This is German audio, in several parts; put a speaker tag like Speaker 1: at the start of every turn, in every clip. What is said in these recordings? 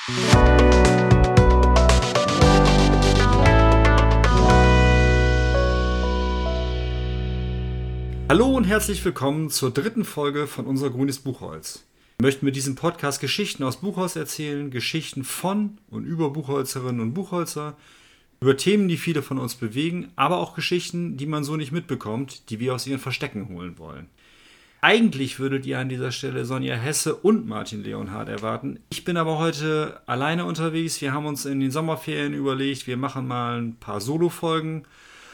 Speaker 1: Hallo und herzlich willkommen zur dritten Folge von Unser grünes Buchholz. Wir möchten mit diesem Podcast Geschichten aus Buchholz erzählen, Geschichten von und über Buchholzerinnen und Buchholzer, über Themen, die viele von uns bewegen, aber auch Geschichten, die man so nicht mitbekommt, die wir aus ihren Verstecken holen wollen. Eigentlich würdet ihr an dieser Stelle Sonja Hesse und Martin Leonhardt erwarten. Ich bin aber heute alleine unterwegs. Wir haben uns in den Sommerferien überlegt, wir machen mal ein paar Solo-Folgen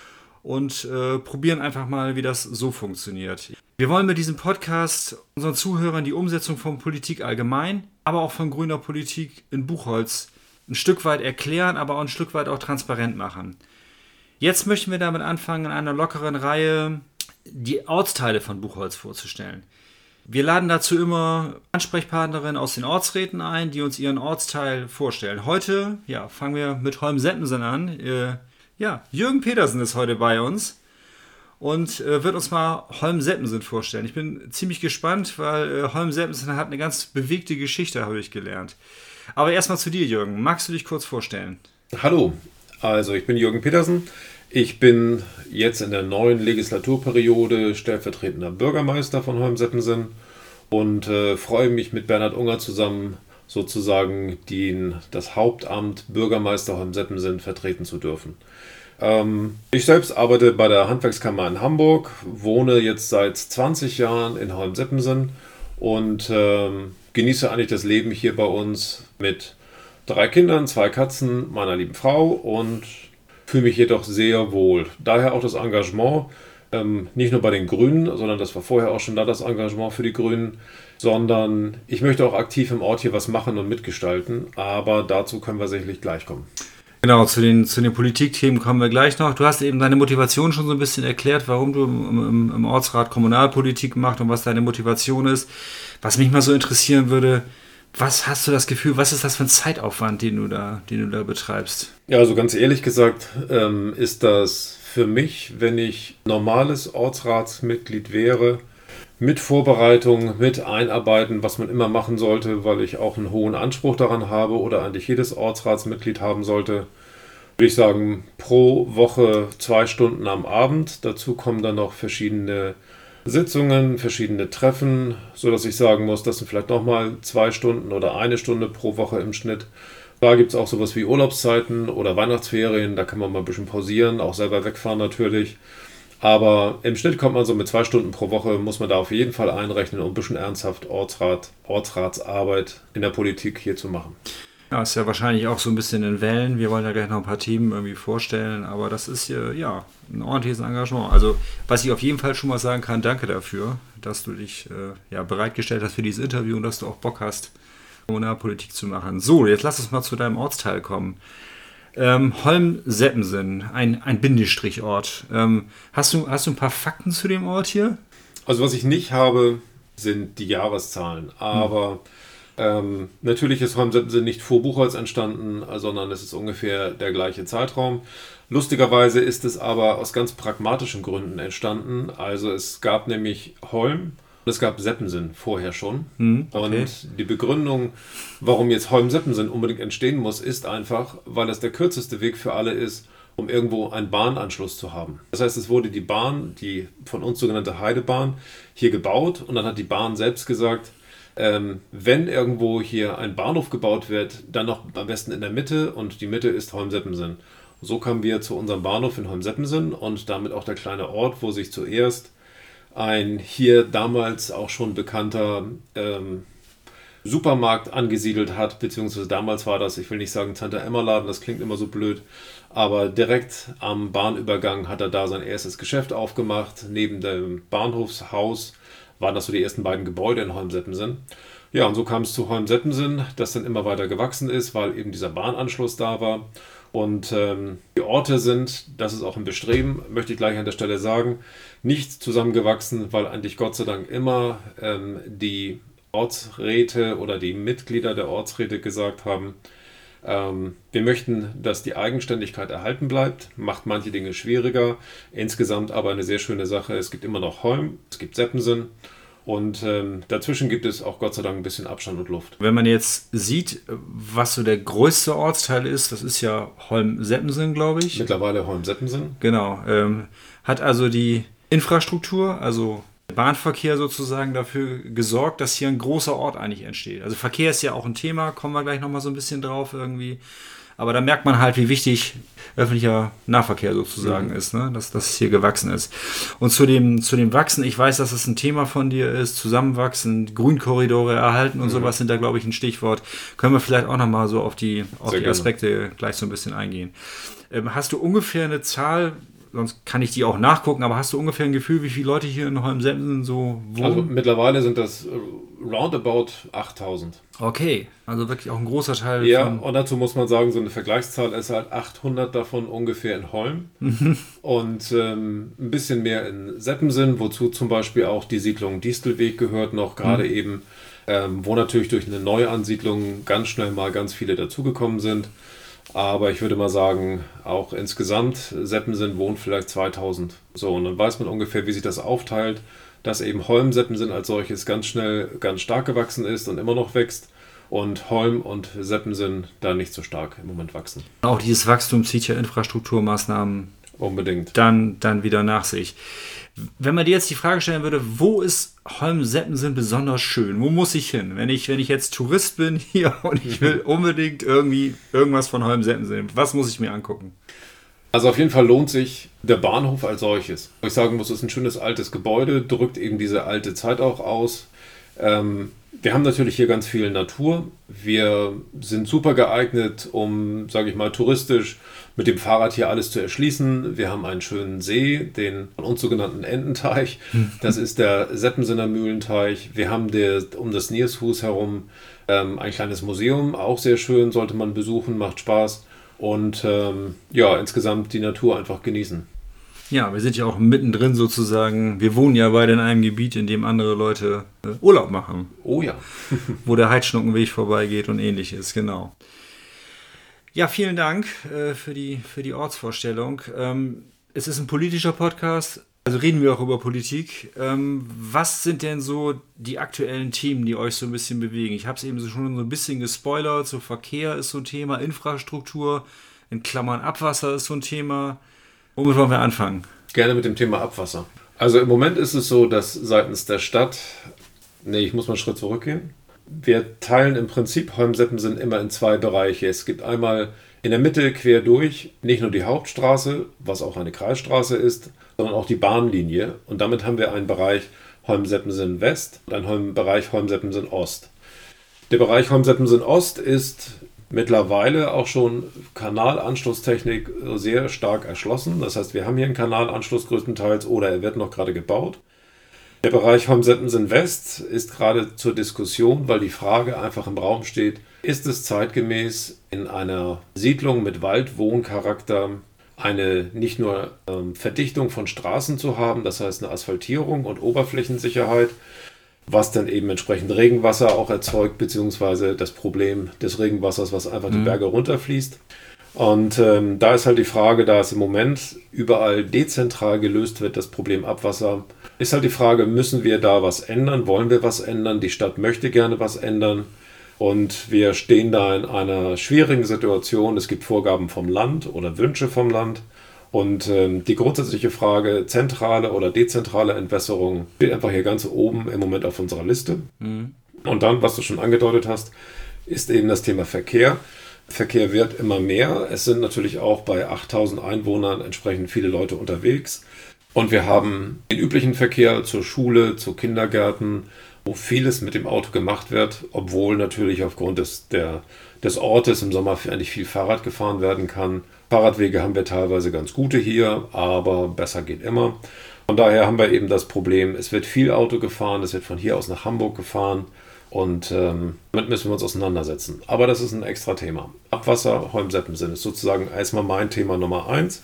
Speaker 1: und probieren einfach mal, wie das so funktioniert. Wir wollen mit diesem Podcast unseren Zuhörern die Umsetzung von Politik allgemein, aber auch von grüner Politik in Buchholz ein Stück weit erklären, aber auch ein Stück weit auch transparent machen. Jetzt möchten wir damit anfangen, in einer lockeren Reihe die Ortsteile von Buchholz vorzustellen. Wir laden dazu immer Ansprechpartnerinnen aus den Ortsräten ein, die uns ihren Ortsteil vorstellen. Heute fangen wir mit Holm-Seppensen an. Jürgen Petersen ist heute bei uns und wird uns mal Holm-Seppensen vorstellen. Ich bin ziemlich gespannt, weil Holm-Seppensen hat eine ganz bewegte Geschichte, habe ich gelernt. Aber erstmal zu dir, Jürgen. Magst du dich kurz vorstellen?
Speaker 2: Hallo, also ich bin Jürgen Petersen. Ich bin jetzt in der neuen Legislaturperiode stellvertretender Bürgermeister von Holm-Seppensen und freue mich mit Bernhard Unger zusammen sozusagen das Hauptamt Bürgermeister Holm-Seppensen vertreten zu dürfen. Ich selbst arbeite bei der Handwerkskammer in Hamburg, wohne jetzt seit 20 Jahren in Holm-Seppensen und genieße eigentlich das Leben hier bei uns mit 3 Kindern, 2 Katzen, meiner lieben Frau und fühle mich jedoch sehr wohl. Daher auch das Engagement, nicht nur bei den Grünen, sondern das war vorher auch schon da, das Engagement für die Grünen, sondern ich möchte auch aktiv im Ort hier was machen und mitgestalten, aber dazu können wir sicherlich gleich kommen.
Speaker 1: Genau, zu den Politikthemen kommen wir gleich noch. Du hast eben deine Motivation schon so ein bisschen erklärt, warum du im Ortsrat Kommunalpolitik machst und was deine Motivation ist. Was mich mal so interessieren würde, was hast du das Gefühl, was ist das für ein Zeitaufwand, den du da betreibst?
Speaker 2: Ja, also ganz ehrlich gesagt ist das für mich, wenn ich normales Ortsratsmitglied wäre, mit Vorbereitung, mit Einarbeiten, was man immer machen sollte, weil ich auch einen hohen Anspruch daran habe oder eigentlich jedes Ortsratsmitglied haben sollte, würde ich sagen, pro Woche 2 Stunden am Abend. Dazu kommen dann noch verschiedene Sitzungen, verschiedene Treffen, sodass ich sagen muss, das sind vielleicht nochmal 2 Stunden oder 1 Stunde pro Woche im Schnitt. Da gibt es auch sowas wie Urlaubszeiten oder Weihnachtsferien, da kann man mal ein bisschen pausieren, auch selber wegfahren natürlich. Aber im Schnitt kommt man so mit 2 Stunden pro Woche, muss man da auf jeden Fall einrechnen, um ein bisschen ernsthaft Ortsratsarbeit in der Politik hier zu machen.
Speaker 1: Ja, ist ja wahrscheinlich auch so ein bisschen in Wellen. Wir wollen ja gleich noch ein paar Themen irgendwie vorstellen, aber das ist ja ein ordentliches Engagement. Also, was ich auf jeden Fall schon mal sagen kann, danke dafür, dass du dich bereitgestellt hast für dieses Interview und dass du auch Bock hast, Kommunalpolitik zu machen. So, jetzt lass uns mal zu deinem Ortsteil kommen. Holm-Seppensen, ein Bindestrichort. Hast du ein paar Fakten zu dem Ort hier?
Speaker 2: Also was ich nicht habe, sind die Jahreszahlen. Aber natürlich ist Holm-Seppensen nicht vor Buchholz entstanden, sondern es ist ungefähr der gleiche Zeitraum. Lustigerweise ist es aber aus ganz pragmatischen Gründen entstanden. Also es gab nämlich Holm, es gab Seppensen vorher schon. Okay. Und die Begründung, warum jetzt Holm-Seppensen unbedingt entstehen muss, ist einfach, weil es der kürzeste Weg für alle ist, um irgendwo einen Bahnanschluss zu haben. Das heißt, es wurde die Bahn, die von uns sogenannte Heidebahn, hier gebaut und dann hat die Bahn selbst gesagt, wenn irgendwo hier ein Bahnhof gebaut wird, dann noch am besten in der Mitte und die Mitte ist Holm-Seppensen. So kamen wir zu unserem Bahnhof in Holm-Seppensen und damit auch der kleine Ort, wo sich zuerst ein hier damals auch schon bekannter Supermarkt angesiedelt hat, beziehungsweise damals war das, ich will nicht sagen Tante-Emma-Laden, das klingt immer so blöd, aber direkt am Bahnübergang hat er da sein erstes Geschäft aufgemacht. Neben dem Bahnhofshaus waren das so die ersten beiden Gebäude in Holm-Seppensen. Ja, und so kam es zu Holm-Seppensen, das dann immer weiter gewachsen ist, weil eben dieser Bahnanschluss da war. Und die Orte sind, das ist auch ein Bestreben, möchte ich gleich an der Stelle sagen, nicht zusammengewachsen, weil eigentlich Gott sei Dank immer die Ortsräte oder die Mitglieder der Ortsräte gesagt haben, wir möchten, dass die Eigenständigkeit erhalten bleibt, macht manche Dinge schwieriger, insgesamt aber eine sehr schöne Sache. Es gibt immer noch Holm, es gibt Seppensen Und dazwischen gibt es auch Gott sei Dank ein bisschen Abstand und Luft.
Speaker 1: Wenn man jetzt sieht, was so der größte Ortsteil ist, das ist ja Holm-Seppensen, glaube ich.
Speaker 2: Mittlerweile Holm-Seppensen.
Speaker 1: Genau. Hat also die Infrastruktur, also Bahnverkehr sozusagen dafür gesorgt, dass hier ein großer Ort eigentlich entsteht. Also Verkehr ist ja auch ein Thema, kommen wir gleich nochmal so ein bisschen drauf irgendwie. Aber da merkt man halt, wie wichtig öffentlicher Nahverkehr sozusagen ist, ne? Dass das hier gewachsen ist. Und zu dem Wachsen, ich weiß, dass es ein Thema von dir ist, Zusammenwachsen, Grünkorridore erhalten und sowas sind da, glaube ich, ein Stichwort. Können wir vielleicht auch nochmal so auf die Aspekte gleich so ein bisschen eingehen. Hast du ungefähr eine Zahl, sonst kann ich die auch nachgucken, aber hast du ungefähr ein Gefühl, wie viele Leute hier in Holm-Seppensen so wohnen?
Speaker 2: Also mittlerweile sind das roundabout 8000.
Speaker 1: Okay, also wirklich auch ein großer Teil.
Speaker 2: Ja, und dazu muss man sagen, so eine Vergleichszahl ist halt 800 davon ungefähr in Holm und ein bisschen mehr in Seppensen, wozu zum Beispiel auch die Siedlung Distelweg gehört noch, gerade eben, wo natürlich durch eine Neuansiedlung ganz schnell mal ganz viele dazugekommen sind. Aber ich würde mal sagen, auch insgesamt, Seppensen wohnt vielleicht 2000. So, und dann weiß man ungefähr, wie sich das aufteilt, dass eben Holm-Seppensen als solches ganz schnell, ganz stark gewachsen ist und immer noch wächst. Und Holm und Seppensen da nicht so stark im Moment wachsen.
Speaker 1: Auch dieses Wachstum zieht ja Infrastrukturmaßnahmen
Speaker 2: unbedingt
Speaker 1: dann wieder nach sich. Wenn man dir jetzt die Frage stellen würde, wo ist Holm-Seppensen besonders schön? Wo muss ich hin? Wenn ich jetzt Tourist bin hier und ich will unbedingt irgendwie irgendwas von Holm-Seppensen, was muss ich mir angucken?
Speaker 2: Also auf jeden Fall lohnt sich der Bahnhof als solches. Ich sagen muss, es ist ein schönes altes Gebäude, drückt eben diese alte Zeit auch aus. Wir haben natürlich hier ganz viel Natur. Wir sind super geeignet, um, sage ich mal, touristisch mit dem Fahrrad hier alles zu erschließen. Wir haben einen schönen See, den von uns sogenannten Ententeich. Das ist der Seppensener Mühlenteich. Wir haben um das Niershus herum ein kleines Museum, auch sehr schön, sollte man besuchen, macht Spaß. Und insgesamt die Natur einfach genießen.
Speaker 1: Ja, wir sind ja auch mittendrin sozusagen. Wir wohnen ja beide in einem Gebiet, in dem andere Leute Urlaub machen.
Speaker 2: Oh ja.
Speaker 1: Wo der Heidschnuckenweg vorbeigeht und ähnliches, genau. Ja, vielen Dank für die Ortsvorstellung. Es ist ein politischer Podcast, also reden wir auch über Politik. Was sind denn so die aktuellen Themen, die euch so ein bisschen bewegen? Ich habe es eben schon so ein bisschen gespoilert. So Verkehr ist so ein Thema, Infrastruktur, in Klammern Abwasser ist so ein Thema. Womit wollen wir anfangen?
Speaker 2: Gerne mit dem Thema Abwasser. Also im Moment ist es so, dass seitens der Stadt, ich muss mal einen Schritt zurückgehen. Wir teilen im Prinzip Holm-Seppensen immer in zwei Bereiche. Es gibt einmal in der Mitte quer durch nicht nur die Hauptstraße, was auch eine Kreisstraße ist, sondern auch die Bahnlinie. Und damit haben wir einen Bereich Holm-Seppensen West und einen Bereich Holm-Seppensen Ost. Der Bereich Holm-Seppensen Ost ist mittlerweile auch schon Kanalanschlusstechnik sehr stark erschlossen. Das heißt, wir haben hier einen Kanalanschluss größtenteils oder er wird noch gerade gebaut. Der Bereich Holm-Seppensen West ist gerade zur Diskussion, weil die Frage einfach im Raum steht, ist es zeitgemäß in einer Siedlung mit Waldwohncharakter eine nicht nur Verdichtung von Straßen zu haben, das heißt eine Asphaltierung und Oberflächensicherheit, was dann eben entsprechend Regenwasser auch erzeugt, beziehungsweise das Problem des Regenwassers, was einfach die Berge runterfließt. Und da ist halt die Frage, da es im Moment überall dezentral gelöst wird, das Problem Abwasser, ist halt die Frage, müssen wir da was ändern? Wollen wir was ändern? Die Stadt möchte gerne was ändern. Und wir stehen da in einer schwierigen Situation. Es gibt Vorgaben vom Land oder Wünsche vom Land. Und die grundsätzliche Frage, zentrale oder dezentrale Entwässerung, steht einfach hier ganz oben im Moment auf unserer Liste. Und dann, was du schon angedeutet hast, ist eben das Thema Verkehr. Verkehr wird immer mehr. Es sind natürlich auch bei 8000 Einwohnern entsprechend viele Leute unterwegs. Und wir haben den üblichen Verkehr zur Schule, zu Kindergärten, wo vieles mit dem Auto gemacht wird, obwohl natürlich aufgrund des Ortes im Sommer eigentlich viel Fahrrad gefahren werden kann. Fahrradwege haben wir teilweise ganz gute hier, aber besser geht immer. Von daher haben wir eben das Problem, es wird viel Auto gefahren, es wird von hier aus nach Hamburg gefahren und damit müssen wir uns auseinandersetzen. Aber das ist ein extra Thema. Abwasser, Holm-Seppensen ist sozusagen erstmal mein Thema Nummer 1.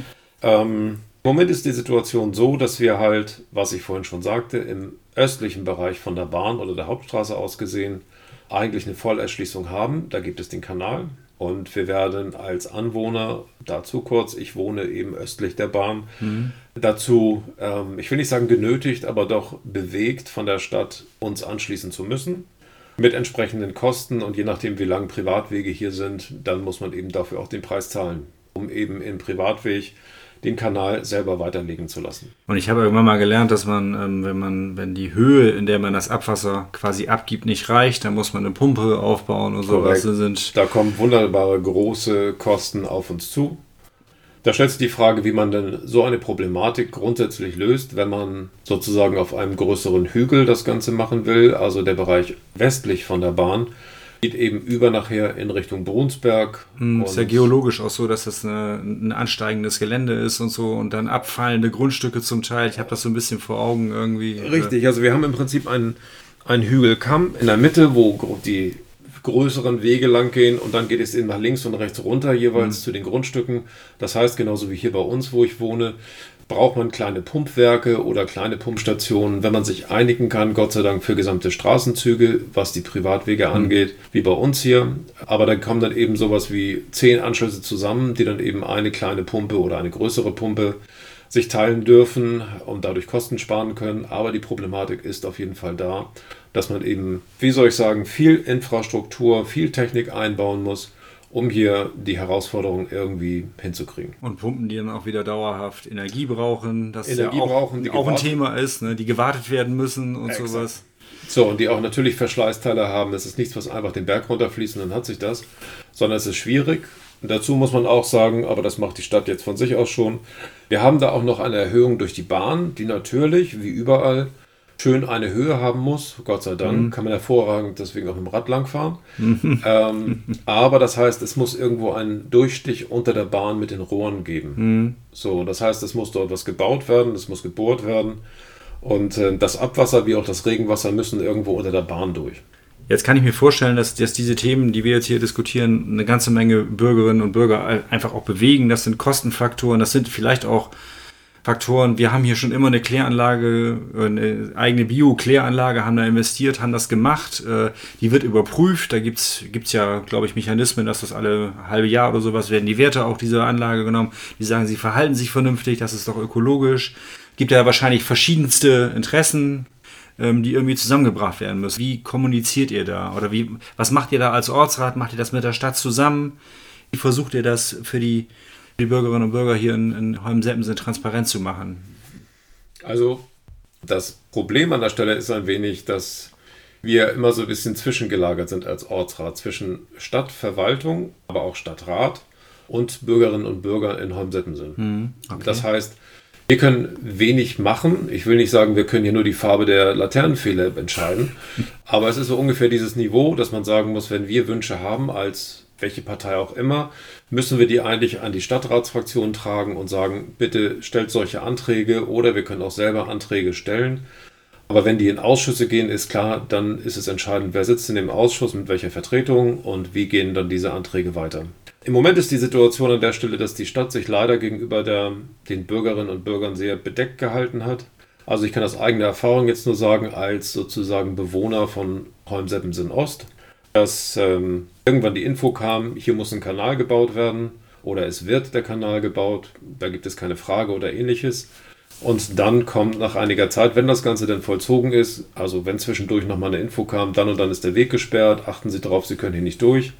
Speaker 2: Im Moment ist die Situation so, dass wir halt, was ich vorhin schon sagte, im östlichen Bereich von der Bahn oder der Hauptstraße aus gesehen, eigentlich eine Vollerschließung haben. Da gibt es den Kanal Und wir werden als Anwohner, dazu kurz, ich wohne eben östlich der Bahn, dazu, ich will nicht sagen genötigt, aber doch bewegt von der Stadt, uns anschließen zu müssen. Mit entsprechenden Kosten und je nachdem, wie lang Privatwege hier sind, dann muss man eben dafür auch den Preis zahlen, um eben im Privatweg den Kanal selber weiterlegen zu lassen.
Speaker 1: Und ich habe irgendwann mal gelernt, dass wenn die Höhe, in der man das Abwasser quasi abgibt, nicht reicht, dann muss man eine Pumpe aufbauen und sowas.
Speaker 2: Da kommen wunderbare große Kosten auf uns zu. Da stellt sich die Frage, wie man denn so eine Problematik grundsätzlich löst, wenn man sozusagen auf einem größeren Hügel das Ganze machen will, also der Bereich westlich von der Bahn, geht eben über nachher in Richtung Brunsberg.
Speaker 1: Ist ja geologisch auch so, dass das ein ansteigendes Gelände ist und so und dann abfallende Grundstücke zum Teil. Ich habe das so ein bisschen vor Augen irgendwie.
Speaker 2: Richtig, also wir haben im Prinzip einen Hügelkamm in der Mitte, wo die größeren Wege lang gehen und dann geht es eben nach links und rechts runter jeweils zu den Grundstücken. Das heißt, genauso wie hier bei uns, wo ich wohne, braucht man kleine Pumpwerke oder kleine Pumpstationen, wenn man sich einigen kann, Gott sei Dank für gesamte Straßenzüge, was die Privatwege angeht, wie bei uns hier. Aber dann kommen dann eben sowas wie 10 Anschlüsse zusammen, die dann eben eine kleine Pumpe oder eine größere Pumpe sich teilen dürfen und dadurch Kosten sparen können. Aber die Problematik ist auf jeden Fall da, dass man eben, wie soll ich sagen, viel Infrastruktur, viel Technik einbauen muss, um hier die Herausforderung irgendwie hinzukriegen.
Speaker 1: Und Pumpen, die dann auch wieder dauerhaft Energie brauchen, das
Speaker 2: Energie
Speaker 1: ja
Speaker 2: brauchen,
Speaker 1: auch ein Thema ist, ne? Die gewartet werden müssen und
Speaker 2: Exakt.
Speaker 1: sowas.
Speaker 2: So, und die auch natürlich Verschleißteile haben. Das ist nichts, was einfach den Berg runterfließt und dann hat sich das, sondern es ist schwierig. Und dazu muss man auch sagen, aber das macht die Stadt jetzt von sich aus schon, wir haben da auch noch eine Erhöhung durch die Bahn, die natürlich, wie überall, schön eine Höhe haben muss. Gott sei Dank kann man hervorragend deswegen auch im Rad langfahren. Aber das heißt, es muss irgendwo einen Durchstich unter der Bahn mit den Rohren geben. So, das heißt, es muss dort was gebaut werden, es muss gebohrt werden. Und das Abwasser wie auch das Regenwasser müssen irgendwo unter der Bahn durch.
Speaker 1: Jetzt kann ich mir vorstellen, dass diese Themen, die wir jetzt hier diskutieren, eine ganze Menge Bürgerinnen und Bürger einfach auch bewegen. Das sind Kostenfaktoren, das sind vielleicht auch Faktoren. Wir haben hier schon immer eine Kläranlage, eine eigene Bio-Kläranlage, haben da investiert, haben das gemacht. Die wird überprüft. Da gibt's ja, glaube ich, Mechanismen, dass das alle halbe Jahr oder sowas werden die Werte auch dieser Anlage genommen. Die sagen, sie verhalten sich vernünftig, das ist doch ökologisch. Gibt ja wahrscheinlich verschiedenste Interessen, die irgendwie zusammengebracht werden müssen. Wie kommuniziert ihr da? Oder was macht ihr da als Ortsrat? Macht ihr das mit der Stadt zusammen? Wie versucht ihr das für die Bürgerinnen und Bürger hier in Holmseppensen transparent zu machen?
Speaker 2: Also das Problem an der Stelle ist ein wenig, dass wir immer so ein bisschen zwischengelagert sind als Ortsrat zwischen Stadtverwaltung, aber auch Stadtrat und Bürgerinnen und Bürger in Holmseppensen. Okay. Das heißt, wir können wenig machen. Ich will nicht sagen, wir können hier nur die Farbe der Laternenpfähle entscheiden, aber es ist so ungefähr dieses Niveau, dass man sagen muss, wenn wir Wünsche haben, als welche Partei auch immer, müssen wir die eigentlich an die Stadtratsfraktion tragen und sagen, bitte stellt solche Anträge oder wir können auch selber Anträge stellen. Aber wenn die in Ausschüsse gehen, ist klar, dann ist es entscheidend, wer sitzt in dem Ausschuss, mit welcher Vertretung und wie gehen dann diese Anträge weiter. Im Moment ist die Situation an der Stelle, dass die Stadt sich leider gegenüber den Bürgerinnen und Bürgern sehr bedeckt gehalten hat. Also ich kann aus eigener Erfahrung jetzt nur sagen, als sozusagen Bewohner von Holmseppensen Ost, dass irgendwann die Info kam, hier muss ein Kanal gebaut werden oder es wird der Kanal gebaut, da gibt es keine Frage oder ähnliches. Und dann kommt nach einiger Zeit, wenn das Ganze dann vollzogen ist, also wenn zwischendurch nochmal eine Info kam, dann und dann ist der Weg gesperrt, achten Sie drauf, Sie können hier nicht durch.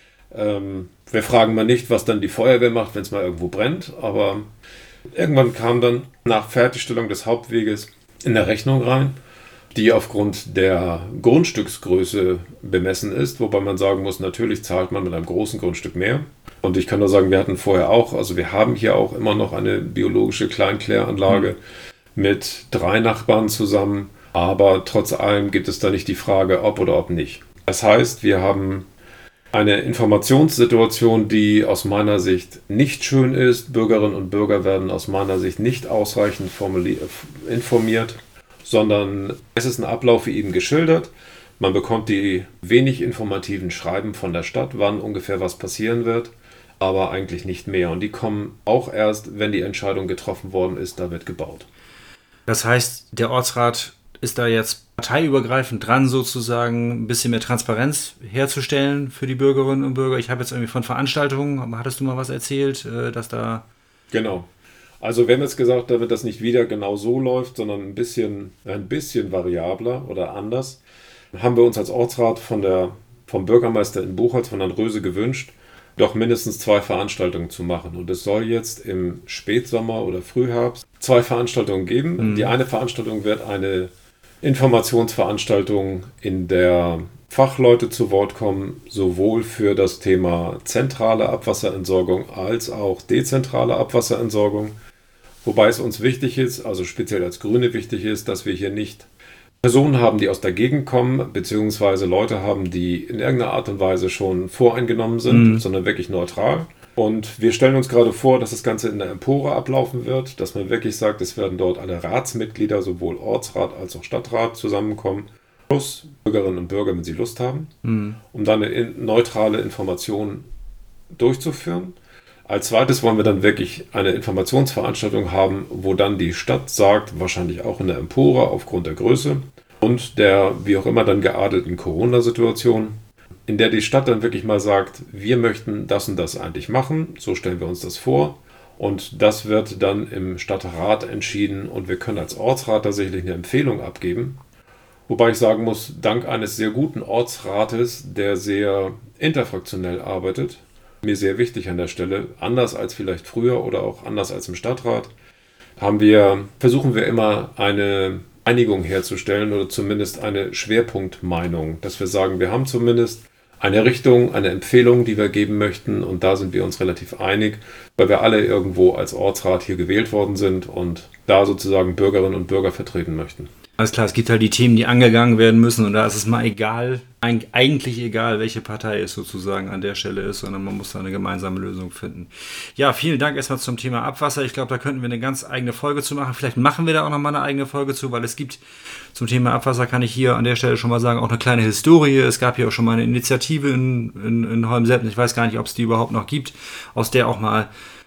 Speaker 2: Wir fragen mal nicht, was dann die Feuerwehr macht, wenn es mal irgendwo brennt, aber irgendwann kam dann nach Fertigstellung des Hauptweges in der Rechnung rein, die aufgrund der Grundstücksgröße bemessen ist, wobei man sagen muss, natürlich zahlt man mit einem großen Grundstück mehr. Und ich kann nur sagen, wir hatten vorher auch, also wir haben hier auch immer noch eine biologische Kleinkläranlage mit 3 Nachbarn zusammen, aber trotz allem gibt es da nicht die Frage, ob oder ob nicht. Das heißt, wir haben eine Informationssituation, die aus meiner Sicht nicht schön ist. Bürgerinnen und Bürger werden aus meiner Sicht nicht ausreichend informiert, sondern es ist ein Ablauf wie eben geschildert. Man bekommt die wenig informativen Schreiben von der Stadt, wann ungefähr was passieren wird, aber eigentlich nicht mehr. Und die kommen auch erst, wenn die Entscheidung getroffen worden ist, da wird gebaut.
Speaker 1: Das heißt, der Ortsrat ist da jetzt parteiübergreifend dran, sozusagen ein bisschen mehr Transparenz herzustellen für die Bürgerinnen und Bürger. Ich habe jetzt irgendwie von Veranstaltungen, hattest du mal was erzählt, dass da...
Speaker 2: Genau. Also wir haben jetzt gesagt, damit das nicht wieder genau so läuft, sondern ein bisschen variabler oder anders, haben wir uns als Ortsrat vom Bürgermeister in Buchholz, von Herrn Röse, gewünscht, doch mindestens 2 Veranstaltungen zu machen. Und es soll jetzt im Spätsommer oder Frühherbst 2 Veranstaltungen geben. Die eine Veranstaltung wird eine Informationsveranstaltung, in der Fachleute zu Wort kommen, sowohl für das Thema zentrale Abwasserentsorgung als auch dezentrale Abwasserentsorgung. Wobei es uns wichtig ist, also speziell als Grüne wichtig ist, dass wir hier nicht Personen haben, die aus der Gegend kommen, beziehungsweise Leute haben, die in irgendeiner Art und Weise schon voreingenommen sind, sondern wirklich neutral. Und wir stellen uns gerade vor, dass das Ganze in der Empore ablaufen wird, dass man wirklich sagt, es werden dort alle Ratsmitglieder, sowohl Ortsrat als auch Stadtrat, zusammenkommen, plus Bürgerinnen und Bürger, wenn sie Lust haben, um dann eine neutrale Information durchzuführen. Als zweites wollen wir dann wirklich eine Informationsveranstaltung haben, wo dann die Stadt sagt, wahrscheinlich auch in der Empore aufgrund der Größe und der wie auch immer dann geadelten Corona-Situation, in der die Stadt dann wirklich mal sagt, wir möchten das und das eigentlich machen, so stellen wir uns das vor und das wird dann im Stadtrat entschieden und wir können als Ortsrat tatsächlich eine Empfehlung abgeben. Wobei ich sagen muss, dank eines sehr guten Ortsrates, der sehr interfraktionell arbeitet, mir sehr wichtig an der Stelle, anders als vielleicht früher oder auch anders als im Stadtrat, versuchen wir immer eine Einigung herzustellen oder zumindest eine Schwerpunktmeinung, dass wir sagen, wir haben zumindest eine Richtung, eine Empfehlung, die wir geben möchten und da sind wir uns relativ einig, weil wir alle irgendwo als Ortsrat hier gewählt worden sind und da sozusagen Bürgerinnen und Bürger vertreten möchten.
Speaker 1: Alles klar, es gibt halt die Themen, die angegangen werden müssen und da ist es mal egal, eigentlich egal, welche Partei es sozusagen an der Stelle ist, sondern man muss da eine gemeinsame Lösung finden. Ja, vielen Dank erstmal zum Thema Abwasser. Ich glaube, da könnten wir eine ganz eigene Folge zu machen. Vielleicht machen wir da auch nochmal eine eigene Folge zu, weil es gibt zum Thema Abwasser, kann ich hier an der Stelle schon mal sagen, auch eine kleine Historie. Es gab hier auch schon mal eine Initiative in Holmseppen, ich weiß gar nicht, ob es die überhaupt noch gibt, aus der auch mal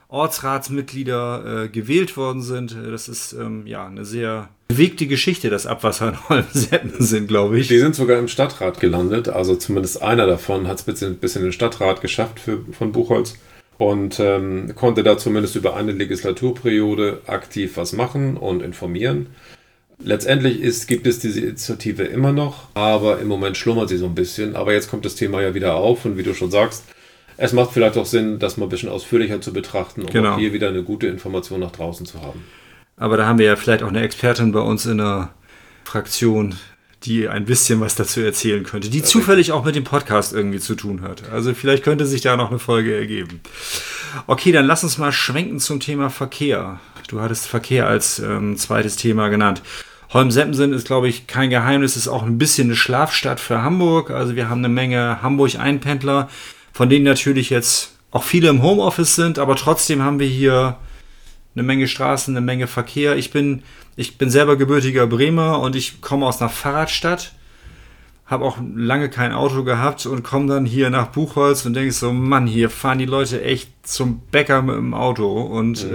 Speaker 1: Ortsratsmitglieder gewählt worden sind. Das ist eine sehr bewegte Geschichte, dass Abwasser in Holmseppen sind, glaube ich.
Speaker 2: Die sind sogar im Stadtrat gelandet, also zumindest einer davon hat es bis in den Stadtrat geschafft von Buchholz und konnte da zumindest über eine Legislaturperiode aktiv was machen und informieren. Letztendlich gibt es diese Initiative immer noch, aber im Moment schlummert sie so ein bisschen. Aber jetzt kommt das Thema ja wieder auf und wie du schon sagst, es macht vielleicht auch Sinn, das mal ein bisschen ausführlicher zu betrachten, um auch hier wieder eine gute Information nach draußen zu haben.
Speaker 1: Aber da haben wir ja vielleicht auch eine Expertin bei uns in der Fraktion, die ein bisschen was dazu erzählen könnte, die zufällig auch mit dem Podcast irgendwie zu tun hat. Also vielleicht könnte sich da noch eine Folge ergeben. Okay, dann lass uns mal schwenken zum Thema Verkehr. Du hattest Verkehr als zweites Thema genannt. Holmseppen ist, glaube ich, kein Geheimnis, ist auch ein bisschen eine Schlafstadt für Hamburg. Also wir haben eine Menge Hamburg-Einpendler, von denen natürlich jetzt auch viele im Homeoffice sind, aber trotzdem haben wir hier eine Menge Straßen, eine Menge Verkehr. Ich bin selber gebürtiger Bremer und ich komme aus einer Fahrradstadt, habe auch lange kein Auto gehabt und komme dann hier nach Buchholz und denke so, Mann, hier fahren die Leute echt zum Bäcker mit dem Auto und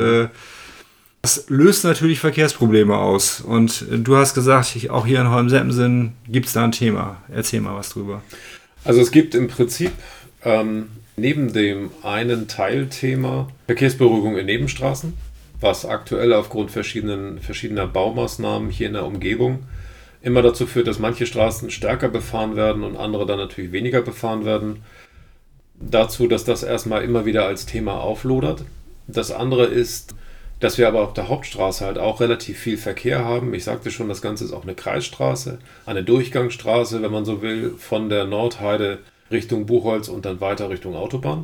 Speaker 1: das löst natürlich Verkehrsprobleme aus. Und du hast gesagt, auch hier in Holmseppen gibt es da ein Thema. Erzähl mal was drüber.
Speaker 2: Also es gibt im Prinzip neben dem einen Teilthema Verkehrsberuhigung in Nebenstraßen, was aktuell aufgrund verschiedener Baumaßnahmen hier in der Umgebung immer dazu führt, dass manche Straßen stärker befahren werden und andere dann natürlich weniger befahren werden. Dazu, dass das erstmal immer wieder als Thema auflodert. Das andere ist, dass wir aber auf der Hauptstraße halt auch relativ viel Verkehr haben. Ich sagte schon, das Ganze ist auch eine Kreisstraße, eine Durchgangsstraße, wenn man so will, von der Nordheide Richtung Buchholz und dann weiter Richtung Autobahn.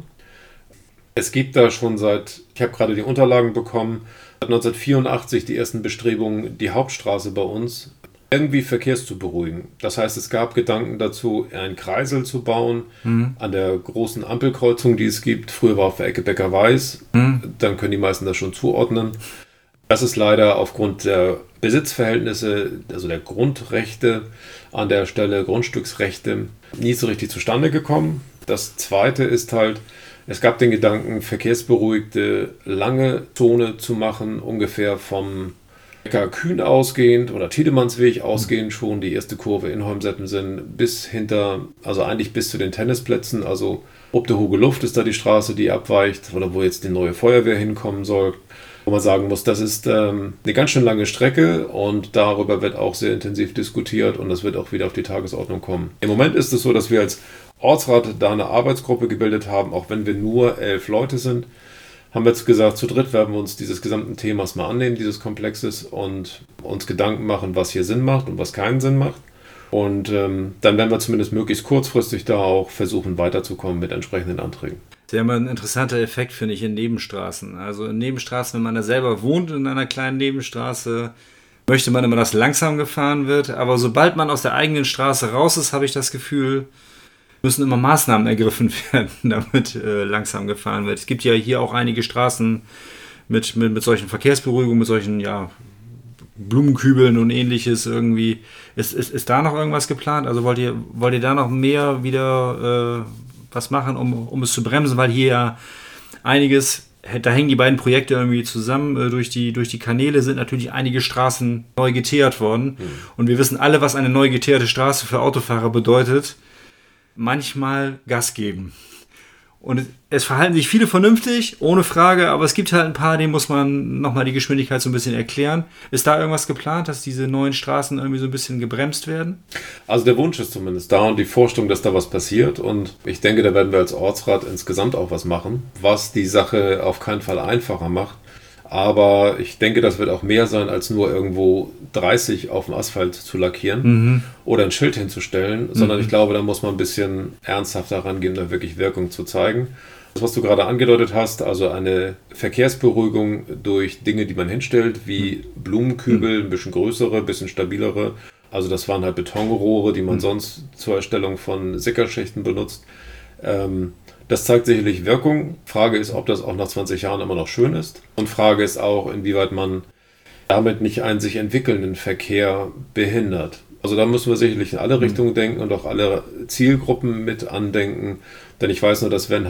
Speaker 2: Es gibt da schon ich habe gerade die Unterlagen bekommen, seit 1984 die ersten Bestrebungen, die Hauptstraße bei uns irgendwie verkehrs zu beruhigen. Das heißt, es gab Gedanken dazu, einen Kreisel zu bauen an der großen Ampelkreuzung, die es gibt. Früher war auf der Ecke Bäcker-Weiß, dann können die meisten das schon zuordnen. Das ist leider aufgrund der Besitzverhältnisse, also der Grundrechte an der Stelle, Grundstücksrechte, nie so richtig zustande gekommen. Das Zweite ist halt, es gab den Gedanken, verkehrsberuhigte lange Zone zu machen, ungefähr vom Kühn ausgehend oder Tiedemannsweg ausgehend schon die erste Kurve in Holmseppensen bis hinter, also eigentlich bis zu den Tennisplätzen, also ob der Hoge Luft ist da die Straße, die abweicht oder wo jetzt die neue Feuerwehr hinkommen soll. Wo man sagen muss, das ist eine ganz schön lange Strecke und darüber wird auch sehr intensiv diskutiert und das wird auch wieder auf die Tagesordnung kommen. Im Moment ist es so, dass wir als Ortsrat da eine Arbeitsgruppe gebildet haben, auch wenn wir nur 11 Leute sind. Haben wir jetzt gesagt, zu dritt werden wir uns dieses gesamten Themas mal annehmen, dieses Komplexes und uns Gedanken machen, was hier Sinn macht und was keinen Sinn macht. Und dann werden wir zumindest möglichst kurzfristig da auch versuchen weiterzukommen mit entsprechenden Anträgen.
Speaker 1: Das ist ja immer ein interessanter Effekt, finde ich, in Nebenstraßen. Also in Nebenstraßen, wenn man da selber wohnt in einer kleinen Nebenstraße, möchte man immer, dass langsam gefahren wird. Aber sobald man aus der eigenen Straße raus ist, habe ich das Gefühl, müssen immer Maßnahmen ergriffen werden, damit langsam gefahren wird. Es gibt ja hier auch einige Straßen mit solchen Verkehrsberuhigungen, mit solchen Blumenkübeln und ähnliches irgendwie. Ist da noch irgendwas geplant? Also wollt ihr da noch mehr wieder was machen, um es zu bremsen? Weil hier ja einiges, da hängen die beiden Projekte irgendwie zusammen. Durch die Kanäle sind natürlich einige Straßen neu geteert worden. Und wir wissen alle, was eine neu geteerte Straße für Autofahrer bedeutet. Manchmal Gas geben. Und es verhalten sich viele vernünftig, ohne Frage, aber es gibt halt ein paar, denen muss man nochmal die Geschwindigkeit so ein bisschen erklären. Ist da irgendwas geplant, dass diese neuen Straßen irgendwie so ein bisschen gebremst werden?
Speaker 2: Also der Wunsch ist zumindest da und die Vorstellung, dass da was passiert. Und ich denke, da werden wir als Ortsrat insgesamt auch was machen, was die Sache auf keinen Fall einfacher macht. Aber ich denke, das wird auch mehr sein, als nur irgendwo 30 auf dem Asphalt zu lackieren oder ein Schild hinzustellen, sondern ich glaube, da muss man ein bisschen ernsthafter rangehen, da wirklich Wirkung zu zeigen. Das, was du gerade angedeutet hast, also eine Verkehrsberuhigung durch Dinge, die man hinstellt, wie Blumenkübel, ein bisschen größere, ein bisschen stabilere. Also das waren halt Betonrohre, die man sonst zur Erstellung von Sickerschichten benutzt. Das zeigt sicherlich Wirkung. Frage ist, ob das auch nach 20 Jahren immer noch schön ist. Und Frage ist auch, inwieweit man damit nicht einen sich entwickelnden Verkehr behindert. Also da müssen wir sicherlich in alle Richtungen denken und auch alle Zielgruppen mit andenken. Denn ich weiß nur, dass wenn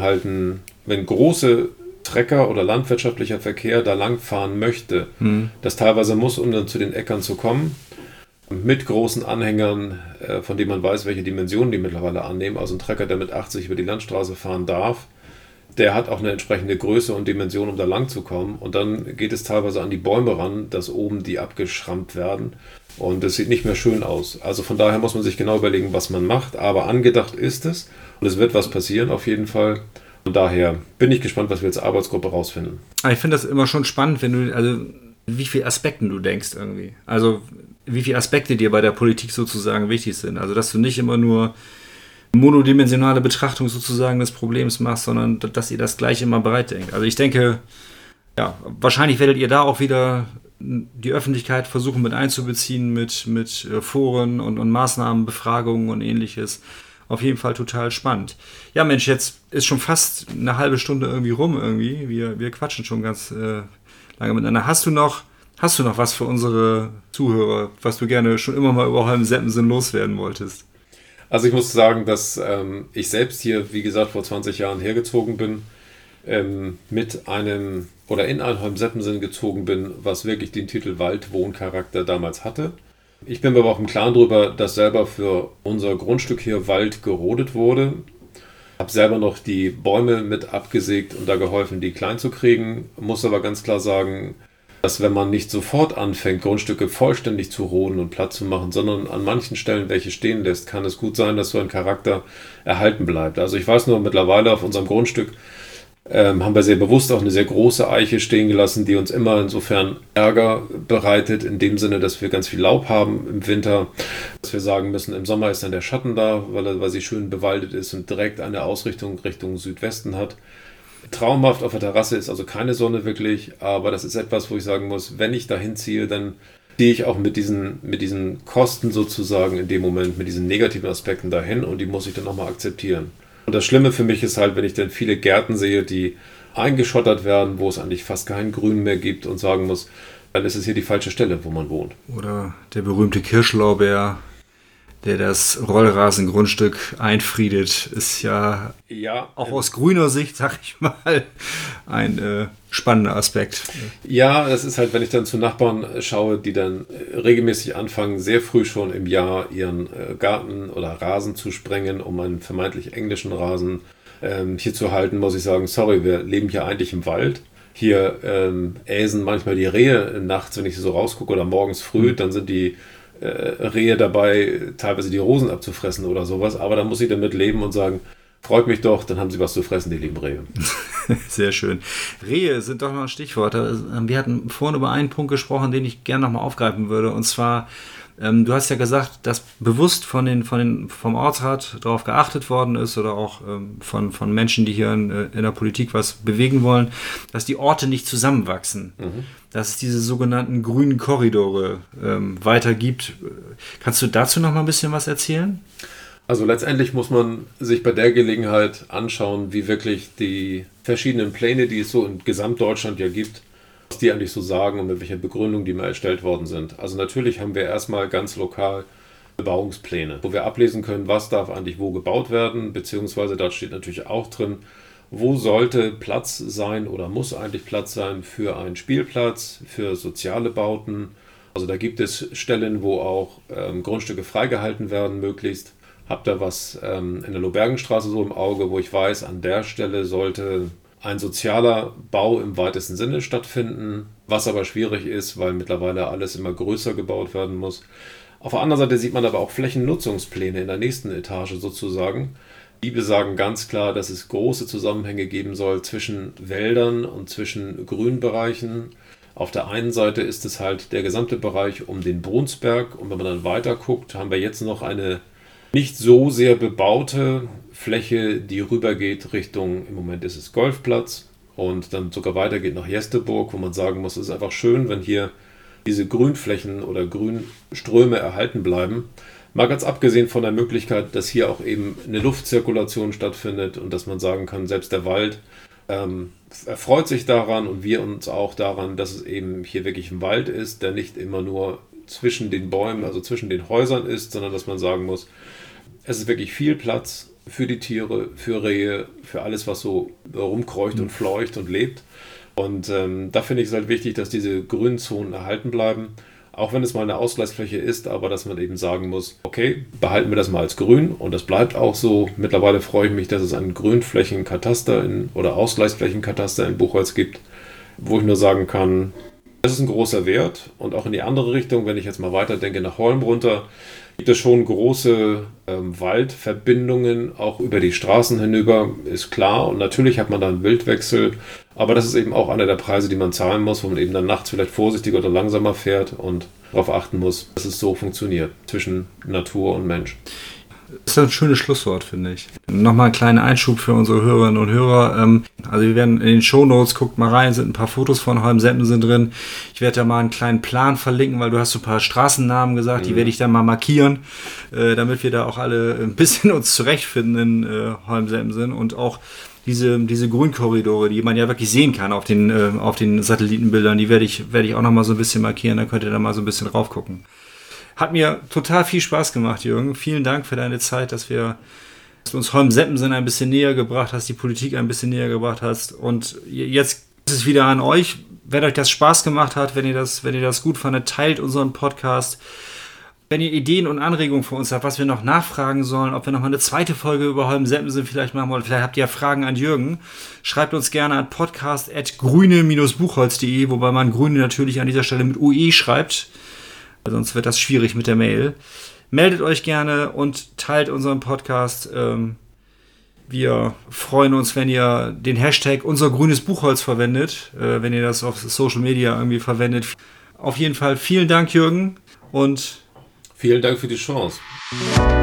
Speaker 2: große Trecker oder landwirtschaftlicher Verkehr da langfahren möchte, das teilweise muss, um dann zu den Äckern zu kommen, mit großen Anhängern, von denen man weiß, welche Dimensionen die mittlerweile annehmen. Also ein Trecker, der mit 80 über die Landstraße fahren darf, der hat auch eine entsprechende Größe und Dimension, um da lang zu kommen. Und dann geht es teilweise an die Bäume ran, dass oben die abgeschrammt werden. Und das sieht nicht mehr schön aus. Also von daher muss man sich genau überlegen, was man macht. Aber angedacht ist es. Und es wird was passieren auf jeden Fall. Und daher bin ich gespannt, was wir als Arbeitsgruppe rausfinden.
Speaker 1: Ich finde das immer schon spannend, wie viele Aspekten du denkst irgendwie. Also wie viele Aspekte dir bei der Politik sozusagen wichtig sind. Also dass du nicht immer nur monodimensionale Betrachtung sozusagen des Problems machst, sondern dass ihr das gleich immer bereit denkt. Also ich denke, ja, wahrscheinlich werdet ihr da auch wieder die Öffentlichkeit versuchen mit einzubeziehen mit Foren und Maßnahmen, Befragungen und ähnliches. Auf jeden Fall total spannend. Ja Mensch, jetzt ist schon fast eine halbe Stunde irgendwie rum irgendwie. Wir quatschen schon ganz lange miteinander. Hast du noch was für unsere Zuhörer, was du gerne schon immer mal über Holmseppensen loswerden wolltest?
Speaker 2: Also ich muss sagen, dass ich selbst hier, wie gesagt, vor 20 Jahren hergezogen bin, in ein Holmseppensen gezogen bin, was wirklich den Titel Waldwohncharakter damals hatte. Ich bin mir aber auch im Klaren darüber, dass selber für unser Grundstück hier Wald gerodet wurde. Ich habe selber noch die Bäume mit abgesägt und da geholfen, die klein zu kriegen. Muss aber ganz klar sagen, dass wenn man nicht sofort anfängt, Grundstücke vollständig zu roden und platt zu machen, sondern an manchen Stellen welche stehen lässt, kann es gut sein, dass so ein Charakter erhalten bleibt. Also ich weiß nur, mittlerweile auf unserem Grundstück haben wir sehr bewusst auch eine sehr große Eiche stehen gelassen, die uns immer insofern Ärger bereitet, in dem Sinne, dass wir ganz viel Laub haben im Winter, dass wir sagen müssen, im Sommer ist dann der Schatten da, weil sie schön bewaldet ist und direkt eine Ausrichtung Richtung Südwesten hat. Traumhaft auf der Terrasse ist also keine Sonne wirklich, aber das ist etwas, wo ich sagen muss, wenn ich dahin ziehe, dann ziehe ich auch mit diesen Kosten sozusagen in dem Moment, mit diesen negativen Aspekten dahin und die muss ich dann nochmal akzeptieren. Und das Schlimme für mich ist halt, wenn ich dann viele Gärten sehe, die eingeschottert werden, wo es eigentlich fast kein Grün mehr gibt und sagen muss, dann ist es hier die falsche Stelle, wo man wohnt.
Speaker 1: Oder der berühmte Kirschlorbeer, der das Rollrasengrundstück einfriedet, ist ja auch aus grüner Sicht, sag ich mal, ein spannender Aspekt.
Speaker 2: Ja, das ist halt, wenn ich dann zu Nachbarn schaue, die dann regelmäßig anfangen, sehr früh schon im Jahr ihren Garten oder Rasen zu sprengen, um einen vermeintlich englischen Rasen hier zu halten, muss ich sagen, sorry, wir leben hier eigentlich im Wald. Hier äsen manchmal die Rehe nachts, wenn ich so rausgucke, oder morgens früh, dann sind die Rehe dabei, teilweise die Rosen abzufressen oder sowas, aber da muss ich damit leben und sagen, freut mich doch, dann haben sie was zu fressen, die lieben Rehe.
Speaker 1: Sehr schön. Rehe sind doch noch ein Stichwort. Wir hatten vorhin über einen Punkt gesprochen, den ich gerne nochmal aufgreifen würde, und zwar, du hast ja gesagt, dass bewusst vom Ortsrat darauf geachtet worden ist oder auch von Menschen, die hier in der Politik was bewegen wollen, dass die Orte nicht zusammenwachsen. Dass es diese sogenannten grünen Korridore weiter gibt. Kannst du dazu noch mal ein bisschen was erzählen?
Speaker 2: Also letztendlich muss man sich bei der Gelegenheit anschauen, wie wirklich die verschiedenen Pläne, die es so in Gesamtdeutschland ja gibt, was die eigentlich so sagen und mit welcher Begründung die mal erstellt worden sind. Also natürlich haben wir erstmal ganz lokal Bebauungspläne, wo wir ablesen können, was darf eigentlich wo gebaut werden, beziehungsweise dort steht natürlich auch drin, wo sollte Platz sein oder muss eigentlich Platz sein für einen Spielplatz, für soziale Bauten. Also da gibt es Stellen, wo auch Grundstücke freigehalten werden, möglichst. Hab da was in der Lobergenstraße so im Auge, wo ich weiß, an der Stelle sollte ein sozialer Bau im weitesten Sinne stattfinden, was aber schwierig ist, weil mittlerweile alles immer größer gebaut werden muss. Auf der anderen Seite sieht man aber auch Flächennutzungspläne in der nächsten Etage sozusagen. Die besagen ganz klar, dass es große Zusammenhänge geben soll zwischen Wäldern und zwischen Grünbereichen. Auf der einen Seite ist es halt der gesamte Bereich um den Brunsberg, und wenn man dann weiter guckt, haben wir jetzt noch eine nicht so sehr bebaute Fläche, die rübergeht Richtung, im Moment ist es Golfplatz, und dann sogar weitergeht nach Jesteburg, wo man sagen muss, es ist einfach schön, wenn hier diese Grünflächen oder Grünströme erhalten bleiben. Mal ganz abgesehen von der Möglichkeit, dass hier auch eben eine Luftzirkulation stattfindet und dass man sagen kann, selbst der Wald erfreut sich daran und wir uns auch daran, dass es eben hier wirklich ein Wald ist, der nicht immer nur zwischen den Bäumen, also zwischen den Häusern ist, sondern dass man sagen muss, es ist wirklich viel Platz für die Tiere, für Rehe, für alles, was so rumkreucht und fleucht und lebt. Und da finde ich es halt wichtig, dass diese grünen Zonen erhalten bleiben. Auch wenn es mal eine Ausgleichsfläche ist, aber dass man eben sagen muss, okay, behalten wir das mal als grün, und das bleibt auch so. Mittlerweile freue ich mich, dass es einen Grünflächenkataster oder Ausgleichsflächenkataster in Buchholz gibt, wo ich nur sagen kann, das ist ein großer Wert. Und auch in die andere Richtung, wenn ich jetzt mal weiterdenke, nach Holm runter, gibt es schon große Waldverbindungen, auch über die Straßen hinüber, ist klar. Und natürlich hat man da einen Wildwechsel, aber das ist eben auch einer der Preise, die man zahlen muss, wo man eben dann nachts vielleicht vorsichtiger oder langsamer fährt und darauf achten muss, dass es so funktioniert zwischen Natur und Mensch.
Speaker 1: Das ist ein schönes Schlusswort, finde ich. Nochmal einen kleinen Einschub für unsere Hörerinnen und Hörer. Also wir werden in den Shownotes, guckt mal rein, sind ein paar Fotos von Holmseppen sind drin. Ich werde da mal einen kleinen Plan verlinken, weil du hast so ein paar Straßennamen gesagt, die werde ich dann mal markieren, damit wir da auch alle ein bisschen uns zurechtfinden in Holmseppen sind, und auch diese Grünkorridore, die man ja wirklich sehen kann auf den Satellitenbildern, die werde ich auch nochmal so ein bisschen markieren, dann könnt ihr da mal so ein bisschen drauf gucken. Hat mir total viel Spaß gemacht, Jürgen. Vielen Dank für deine Zeit, dass du uns Holmseppen ein bisschen näher gebracht hast, die Politik ein bisschen näher gebracht hast. Und jetzt ist es wieder an euch. Wenn euch das Spaß gemacht hat, wenn ihr das gut fandet, teilt unseren Podcast. Wenn ihr Ideen und Anregungen für uns habt, was wir noch nachfragen sollen, ob wir noch mal eine zweite Folge über Holmseppen vielleicht machen wollen, vielleicht habt ihr ja Fragen an Jürgen, schreibt uns gerne an podcast@grüne-buchholz.de, wobei man Grüne natürlich an dieser Stelle mit UE schreibt. Sonst wird das schwierig mit der Mail. Meldet euch gerne und teilt unseren Podcast. Wir freuen uns, wenn ihr den Hashtag unser grünes Buchholz verwendet, wenn ihr das auf Social Media irgendwie verwendet. Auf jeden Fall vielen Dank, Jürgen, und
Speaker 2: vielen Dank für die Chance.